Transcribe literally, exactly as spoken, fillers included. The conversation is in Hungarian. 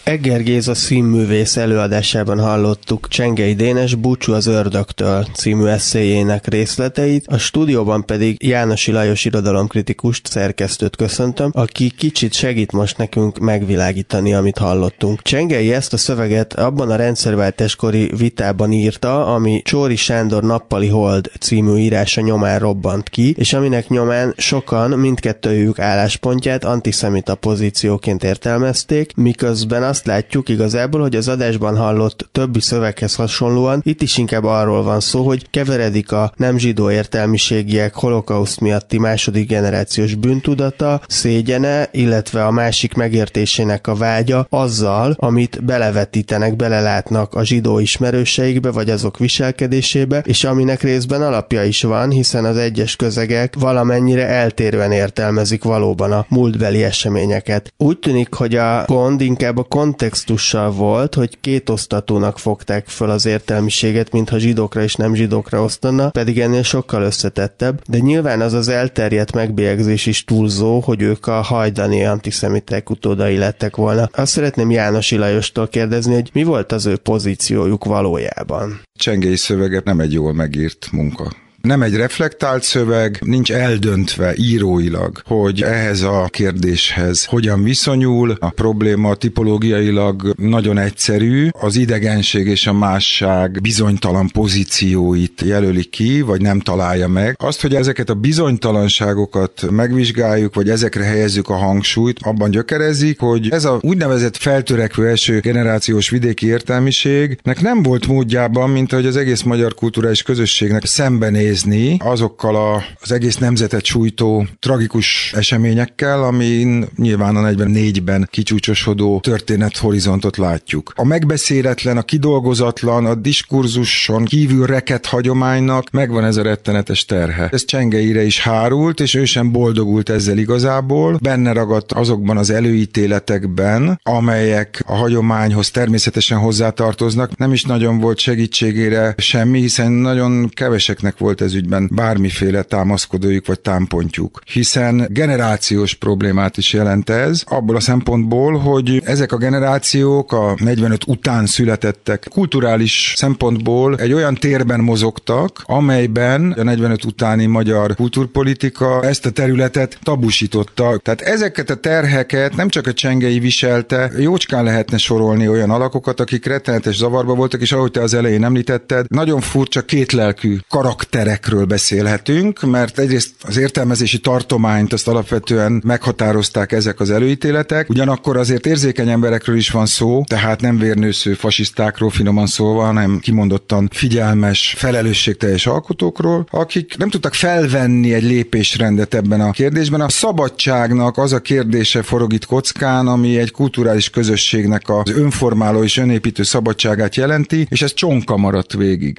Egger Géza színművész előadásában hallottuk Csengei Dénes Búcsú az ördögtől című esszéjének részleteit, a stúdióban pedig Jánosi Lajos irodalomkritikust, szerkesztőt köszöntöm, aki kicsit segít most nekünk megvilágítani, amit hallottunk. Csengei ezt a szöveget abban a rendszerváltáskori vitában írta, ami Csorry Sándor Nappali Hold című írása nyomán robbant ki, és aminek nyomán sokan mindkettőjük álláspontját antiszemita pozícióként értelmezték, miközben azt látjuk igazából, hogy az adásban hallott többi szöveghez hasonlóan itt is inkább arról van szó, hogy keveredik a nem zsidó értelmiségiek holokauszt miatti második generációs bűntudata, szégyene, illetve a másik megértésének a vágya azzal, amit belevetítenek, belelátnak a zsidó ismerőseikbe, vagy azok viselkedésébe, és aminek részben alapja is van, hiszen az egyes közegek valamennyire eltérően értelmezik valóban a múltbeli eseményeket. Úgy tűnik, hogy a gond inkább a kontextussal volt, hogy kétosztatónak fogták föl az értelmiséget, mintha zsidókra és nem zsidókra osztana, pedig ennél sokkal összetettebb, de nyilván az az elterjedt megbélyegzés is túlzó, hogy ők a hajdani antiszemiták utódai lettek volna. Azt szeretném Jánosi Lajostól kérdezni, hogy mi volt az ő pozíciójuk valójában? Csengei szövege nem egy jól megírt munka. Nem egy reflektált szöveg, nincs eldöntve íróilag, hogy ehhez a kérdéshez hogyan viszonyul. A probléma tipológiailag nagyon egyszerű, az idegenség és a másság bizonytalan pozícióit jelöli ki, vagy nem találja meg. Azt, hogy ezeket a bizonytalanságokat megvizsgáljuk, vagy ezekre helyezzük a hangsúlyt, abban gyökerezik, hogy ez a úgynevezett feltörekvő első generációs vidéki értelmiségnek nem volt módjában, mint ahogy az egész magyar kulturális közösségnek szembenéz azokkal a, az egész nemzetet sújtó tragikus eseményekkel, amin nyilván a negyvennégyben kicsúcsosodó történethorizontot látjuk. A megbeszéletlen, a kidolgozatlan, a diskurzuson kívül rekedt hagyománynak megvan ez a rettenetes terhe. Ez Csengeire is hárult, és ő sem boldogult ezzel igazából. Benne ragadt azokban az előítéletekben, amelyek a hagyományhoz természetesen hozzátartoznak. Nem is nagyon volt segítségére semmi, hiszen nagyon keveseknek volt ez ügyben bármiféle támaszkodójuk vagy támpontjuk. Hiszen generációs problémát is jelent ez, abból a szempontból, hogy ezek a generációk, a negyvenöt után születettek, kulturális szempontból egy olyan térben mozogtak, amelyben a negyvenöt utáni magyar kulturpolitika ezt a területet tabusította. Tehát ezeket a terheket nem csak a Csengei viselte, jócskán lehetne sorolni olyan alakokat, akik rettenetes zavarba voltak, és ahogy te az elején említetted, nagyon furcsa kétlelkű karakter terekről beszélhetünk, mert egyrészt az értelmezési tartományt azt alapvetően meghatározták ezek az előítéletek, ugyanakkor azért érzékeny emberekről is van szó, tehát nem vérnősző fasisztákról finoman szólva, hanem kimondottan figyelmes, felelősségteljes alkotókról, akik nem tudtak felvenni egy lépésrendet ebben a kérdésben. A szabadságnak az a kérdése forog itt kockán, ami egy kulturális közösségnek az önformáló és önépítő szabadságát jelenti, és ez csonka maradt végig.